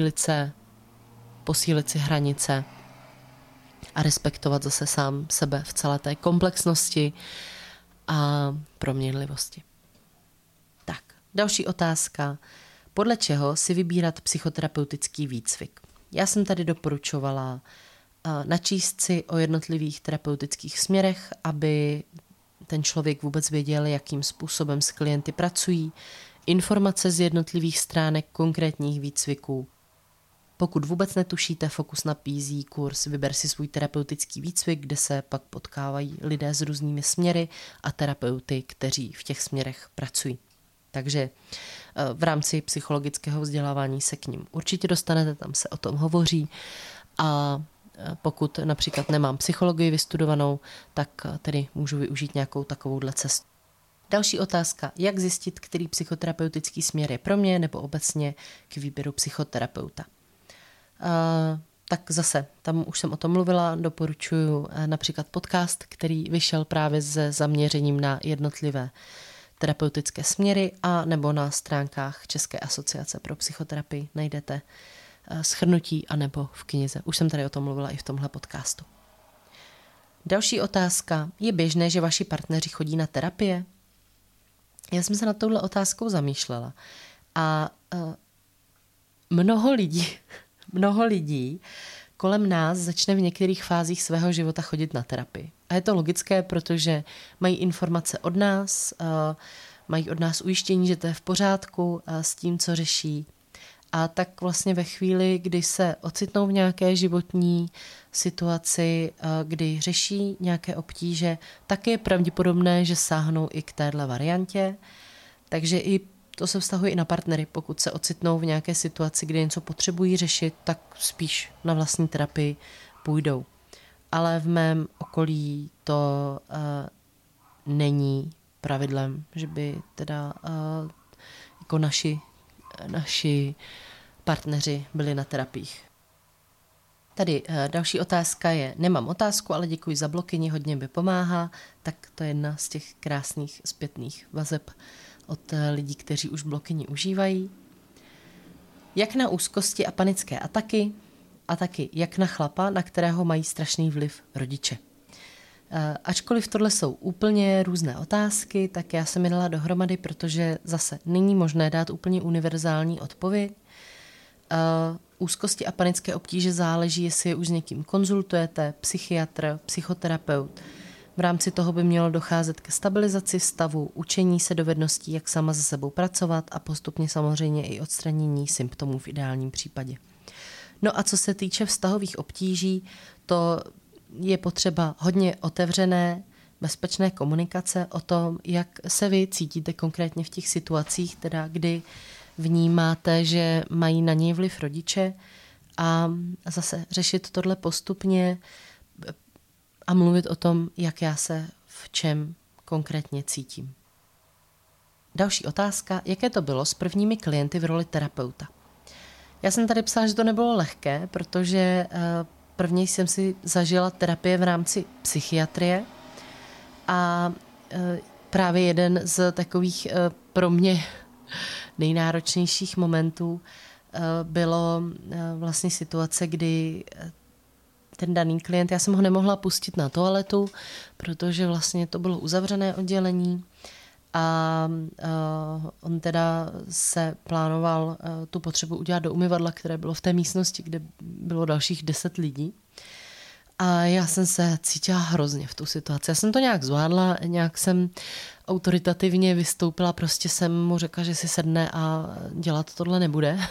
posílit si hranice a respektovat zase sám sebe v celé té komplexnosti a proměnlivosti. Tak, další otázka. Podle čeho si vybírat psychoterapeutický výcvik? Já jsem tady doporučovala načíst si o jednotlivých terapeutických směrech, aby ten člověk vůbec věděl, jakým způsobem s klienty pracují, informace z jednotlivých stránek konkrétních výcviků. Pokud vůbec netušíte, Focus nabízí kurz Vyber si svůj terapeutický výcvik, kde se pak potkávají lidé s různými směry a terapeuty, kteří v těch směrech pracují. Takže v rámci psychologického vzdělávání se k ním určitě dostanete, tam se o tom hovoří a pokud například nemám psychologii vystudovanou, tak tedy můžu využít nějakou takovouhle cestu. Další otázka, jak zjistit, který psychoterapeutický směr je pro mě nebo obecně k výběru psychoterapeuta. Tak zase, tam už jsem o tom mluvila, doporučuji například podcast, který vyšel právě se zaměřením na jednotlivé terapeutické směry a nebo na stránkách České asociace pro psychoterapii najdete shrnutí anebo v knize. Už jsem tady o tom mluvila i v tomhle podcastu. Další otázka, je běžné, že vaši partneři chodí na terapie? Já jsem se nad touhle otázkou zamýšlela a mnoho lidí kolem nás začne v některých fázích svého života chodit na terapii. A je to logické, protože mají informace od nás, mají od nás ujištění, že to je v pořádku s tím, co řeší. A tak vlastně ve chvíli, kdy se ocitnou v nějaké životní situaci, kdy řeší nějaké obtíže, tak je pravděpodobné, že sáhnou i k téhle variantě. Takže i to se vztahuje i na partnery. Pokud se ocitnou v nějaké situaci, kdy něco potřebují řešit, tak spíš na vlastní terapii půjdou. Ale v mém okolí to není pravidlem, že by teda jako naši partneři byli na terapiích. Tady další otázka je, nemám otázku, ale děkuji za blokyni, hodně mi pomáhá, tak to je jedna z těch krásných zpětných vazeb od lidí, kteří už blokyni užívají. Jak na úzkosti a panické ataky a taky jak na chlapa, na kterého mají strašný vliv rodiče. Ačkoliv tohle jsou úplně různé otázky, tak já jsem je dala dohromady, protože zase není možné dát úplně univerzální odpověď. Úzkosti a panické obtíže záleží, jestli je už s někým konzultujete, psychiatr, psychoterapeut. V rámci toho by mělo docházet ke stabilizaci stavu, učení se dovedností, jak sama se sebou pracovat a postupně samozřejmě i odstranění symptomů v ideálním případě. No a co se týče vztahových obtíží, to je potřeba hodně otevřené, bezpečné komunikace o tom, jak se vy cítíte konkrétně v těch situacích, teda kdy vnímáte, že mají na něj vliv rodiče a zase řešit tohle postupně a mluvit o tom, jak já se v čem konkrétně cítím. Další otázka, jaké to bylo s prvními klienty v roli terapeuta? Já jsem tady psala, že to nebylo lehké, protože prvně jsem si zažila terapie v rámci psychiatrie a právě jeden z takových pro mě nejnáročnějších momentů bylo vlastně situace, kdy ten daný klient, já jsem ho nemohla pustit na toaletu, protože vlastně to bylo uzavřené oddělení a on teda se plánoval tu potřebu udělat do umyvadla, které bylo v té místnosti, kde bylo dalších 10 lidí. A já jsem se cítila hrozně v tu situaci. Já jsem to nějak zvládla, nějak jsem autoritativně vystoupila, prostě jsem mu řekla, že si sedne a dělat tohle nebude.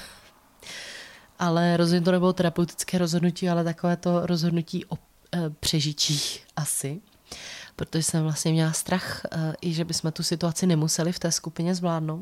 Ale rozhodně to nebylo terapeutické rozhodnutí, ale takové to rozhodnutí o přežití asi. Protože jsem vlastně měla strach, i že bychom tu situaci nemuseli v té skupině zvládnout.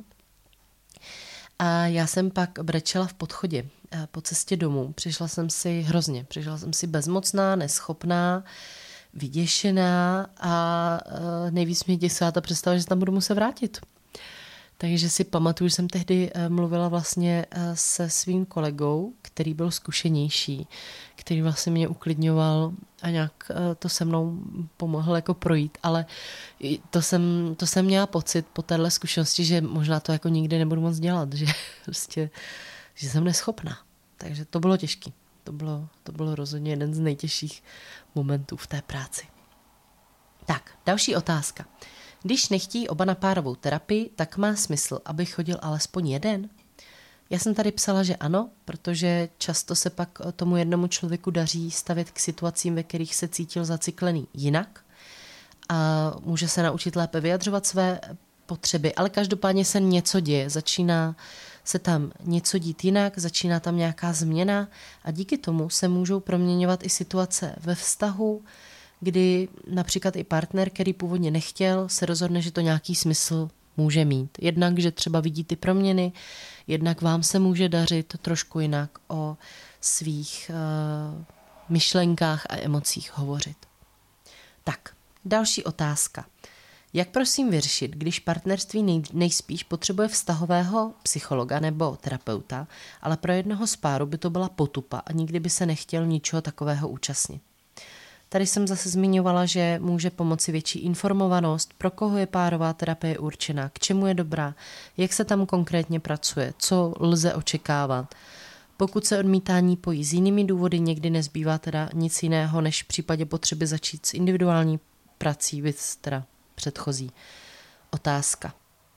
A já jsem pak brečela v podchodě po cestě domů. Přišla jsem si bezmocná, neschopná, vyděšená a nejvíc mě děsila ta představa, že se tam budu muset vrátit. Takže si pamatuju, že jsem tehdy mluvila vlastně se svým kolegou, který byl zkušenější, který vlastně mě uklidňoval a nějak to se mnou pomohl jako projít, ale to jsem měla pocit po téhle zkušenosti, že možná to jako nikdy nebudu moc dělat, že prostě, že jsem neschopná. Takže to bylo těžké. To bylo rozhodně jeden z nejtěžších momentů v té práci. Tak, další otázka. Když nechtějí oba na párovou terapii, tak má smysl, aby chodil alespoň jeden? Já jsem tady psala, že ano, protože často se pak tomu jednomu člověku daří stavět k situacím, ve kterých se cítil zacyklený jinak a může se naučit lépe vyjadřovat své potřeby, ale každopádně se něco děje, začíná se tam něco dít jinak, začíná tam nějaká změna a díky tomu se můžou proměňovat i situace ve vztahu, kdy například i partner, který původně nechtěl, se rozhodne, že to nějaký smysl může mít. Jednak, že třeba vidí ty proměny, jednak vám se může dařit trošku jinak o svých myšlenkách a emocích hovořit. Tak, další otázka. Jak prosím vyřešit, když partnerství nejspíš potřebuje vztahového psychologa nebo terapeuta, ale pro jednoho z páru by to byla potupa a nikdy by se nechtěl ničeho takového účastnit? Tady jsem zase zmiňovala, že může pomoci větší informovanost, pro koho je párová terapie určená, k čemu je dobrá, jak se tam konkrétně pracuje, co lze očekávat. Pokud se odmítání pojí s jinými důvody, někdy nezbývá teda nic jiného, než v případě potřeby začít s individuální prací, víc teda předchozí otázka.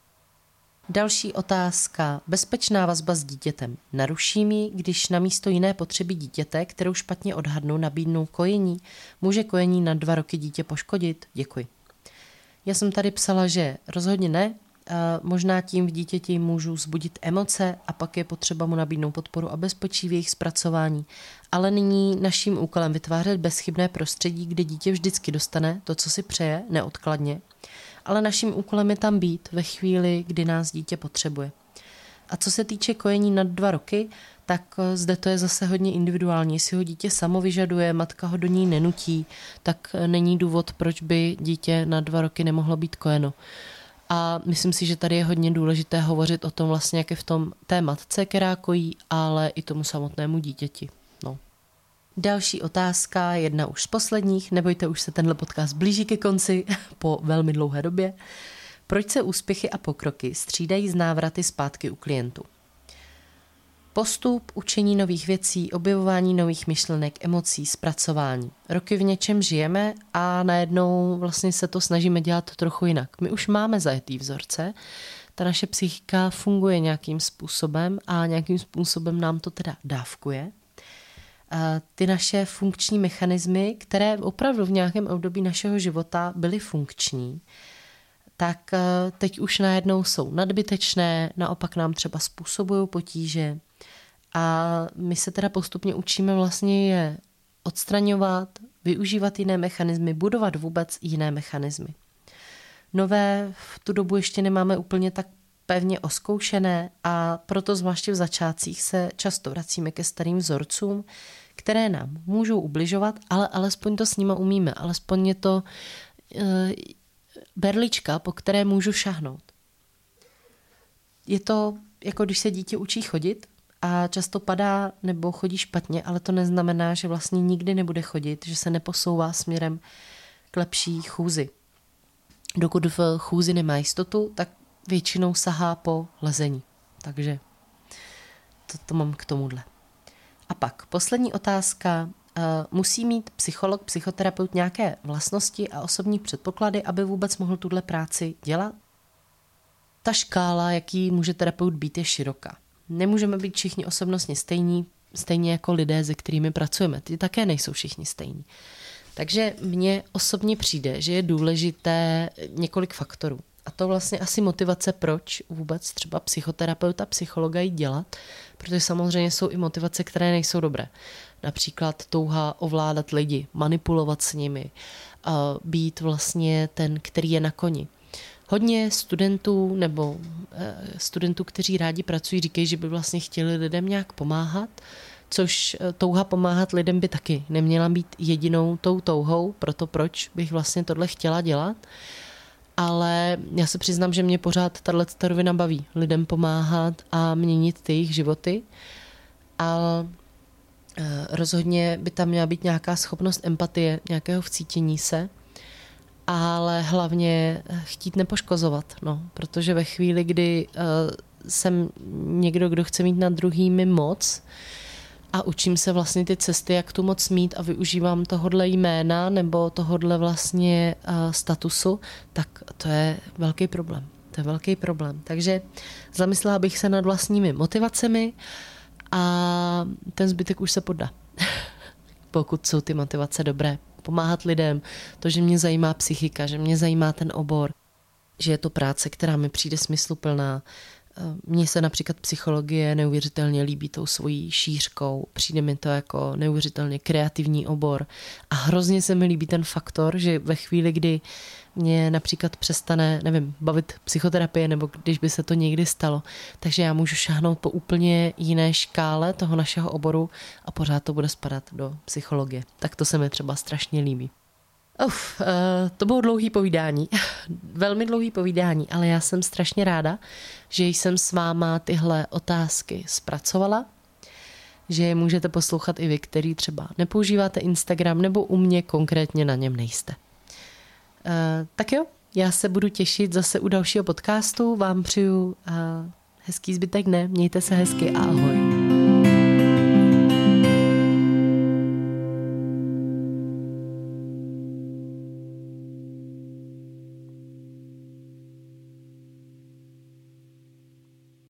Další otázka. Bezpečná vazba s dítětem. Naruší mi, když namísto jiné potřeby dítěte, kterou špatně odhadnu, nabídnu kojení? Může kojení na 2 roky dítě poškodit? Děkuji. Já jsem tady psala, že rozhodně ne. Možná tím v dítěti můžu vzbudit emoce a pak je potřeba mu nabídnout podporu a bezpečí v jejich zpracování. Ale nyní naším úkolem vytvářet bezchybné prostředí, kde dítě vždycky dostane to, co si přeje, neodkladně. Ale naším úkolem je tam být ve chvíli, kdy nás dítě potřebuje. A co se týče kojení nad 2 roky, tak zde to je zase hodně individuální. Jestli ho dítě samo vyžaduje, matka ho do ní nenutí, tak není důvod, proč by dítě na 2 roky nemohlo být kojeno. A myslím si, že tady je hodně důležité hovořit o tom vlastně, jak je v tom té matce, která kojí, ale i tomu samotnému dítěti. No. Další otázka, jedna už z posledních, nebojte, už se tenhle podcast blíží ke konci po velmi dlouhé době. Proč se úspěchy a pokroky střídají z návraty zpátky u klientů? Postup, učení nových věcí, objevování nových myšlenek, emocí, zpracování. Roky v něčem žijeme a najednou vlastně se to snažíme dělat trochu jinak. My už máme zajetý vzorce, ta naše psychika funguje nějakým způsobem a nějakým způsobem nám to teda dávkuje. Ty naše funkční mechanismy, které opravdu v nějakém období našeho života byly funkční, tak teď už najednou jsou nadbytečné, naopak nám třeba způsobují potíže a my se teda postupně učíme vlastně je odstraňovat, využívat jiné mechanismy, budovat vůbec jiné mechanismy. Nové v tu dobu ještě nemáme úplně tak pevně oskoušené a proto zvláště v začátcích se často vracíme ke starým vzorcům, které nám můžou ubližovat, ale alespoň to s nima umíme, alespoň je to berlička, po které můžu šahnout. Je to jako když se dítě učí chodit a často padá nebo chodí špatně, ale to neznamená, že vlastně nikdy nebude chodit, že se neposouvá směrem k lepší chůzi. Dokud v chůzi nemá jistotu, tak většinou sahá po lezení. Takže to mám k tomuhle. A pak poslední otázka. Musí mít psycholog, psychoterapeut nějaké vlastnosti a osobní předpoklady, aby vůbec mohl tuhle práci dělat? Ta škála, jaký může terapeut být, je široká. Nemůžeme být všichni osobnostně stejně jako lidé, se kterými pracujeme. Ty také nejsou všichni stejní. Takže mně osobně přijde, že je důležité několik faktorů. A to vlastně asi motivace, proč vůbec třeba psychoterapeuta, psychologa jít dělat, protože samozřejmě jsou i motivace, které nejsou dobré. Například touha ovládat lidi, manipulovat s nimi, být vlastně ten, který je na koni. Hodně studentů nebo studentů, kteří rádi pracují, říkají, že by vlastně chtěli lidem nějak pomáhat, což touha pomáhat lidem by taky neměla být jedinou tou touhou, proto proč bych vlastně tohle chtěla dělat. Ale já se přiznám, že mě pořád tato rovina baví. Lidem pomáhat a měnit ty jejich životy. A rozhodně by tam měla být nějaká schopnost empatie, nějakého vcítění se, ale hlavně chtít nepoškozovat. No, protože ve chvíli, kdy jsem někdo, kdo chce mít nad druhými moc a učím se vlastně ty cesty, jak tu moc mít a využívám tohodle jména nebo tohodle vlastně statusu, tak to je velký problém. To je velký problém. Takže zamyslela bych se nad vlastními motivacemi a ten zbytek už se podá. Pokud jsou ty motivace dobré. Pomáhat lidem, to, že mě zajímá psychika, že mě zajímá ten obor, že je to práce, která mi přijde smysluplná, Mně se například psychologie neuvěřitelně líbí tou svojí šířkou, přijde mi to jako neuvěřitelně kreativní obor a hrozně se mi líbí ten faktor, že ve chvíli, kdy mě například přestane, nevím, bavit psychoterapie, nebo když by se to někdy stalo, takže já můžu šáhnout po úplně jiné škále toho našeho oboru a pořád to bude spadat do psychologie. Tak to se mi třeba strašně líbí. To bylo dlouhý povídání, velmi dlouhý povídání, ale já jsem strašně ráda, že jsem s váma tyhle otázky zpracovala, že je můžete poslouchat i vy, který třeba nepoužíváte Instagram nebo u mě konkrétně na něm nejste. Tak jo, já se budu těšit zase u dalšího podcastu, vám přeju hezký zbytek dne, mějte se hezky a ahoj.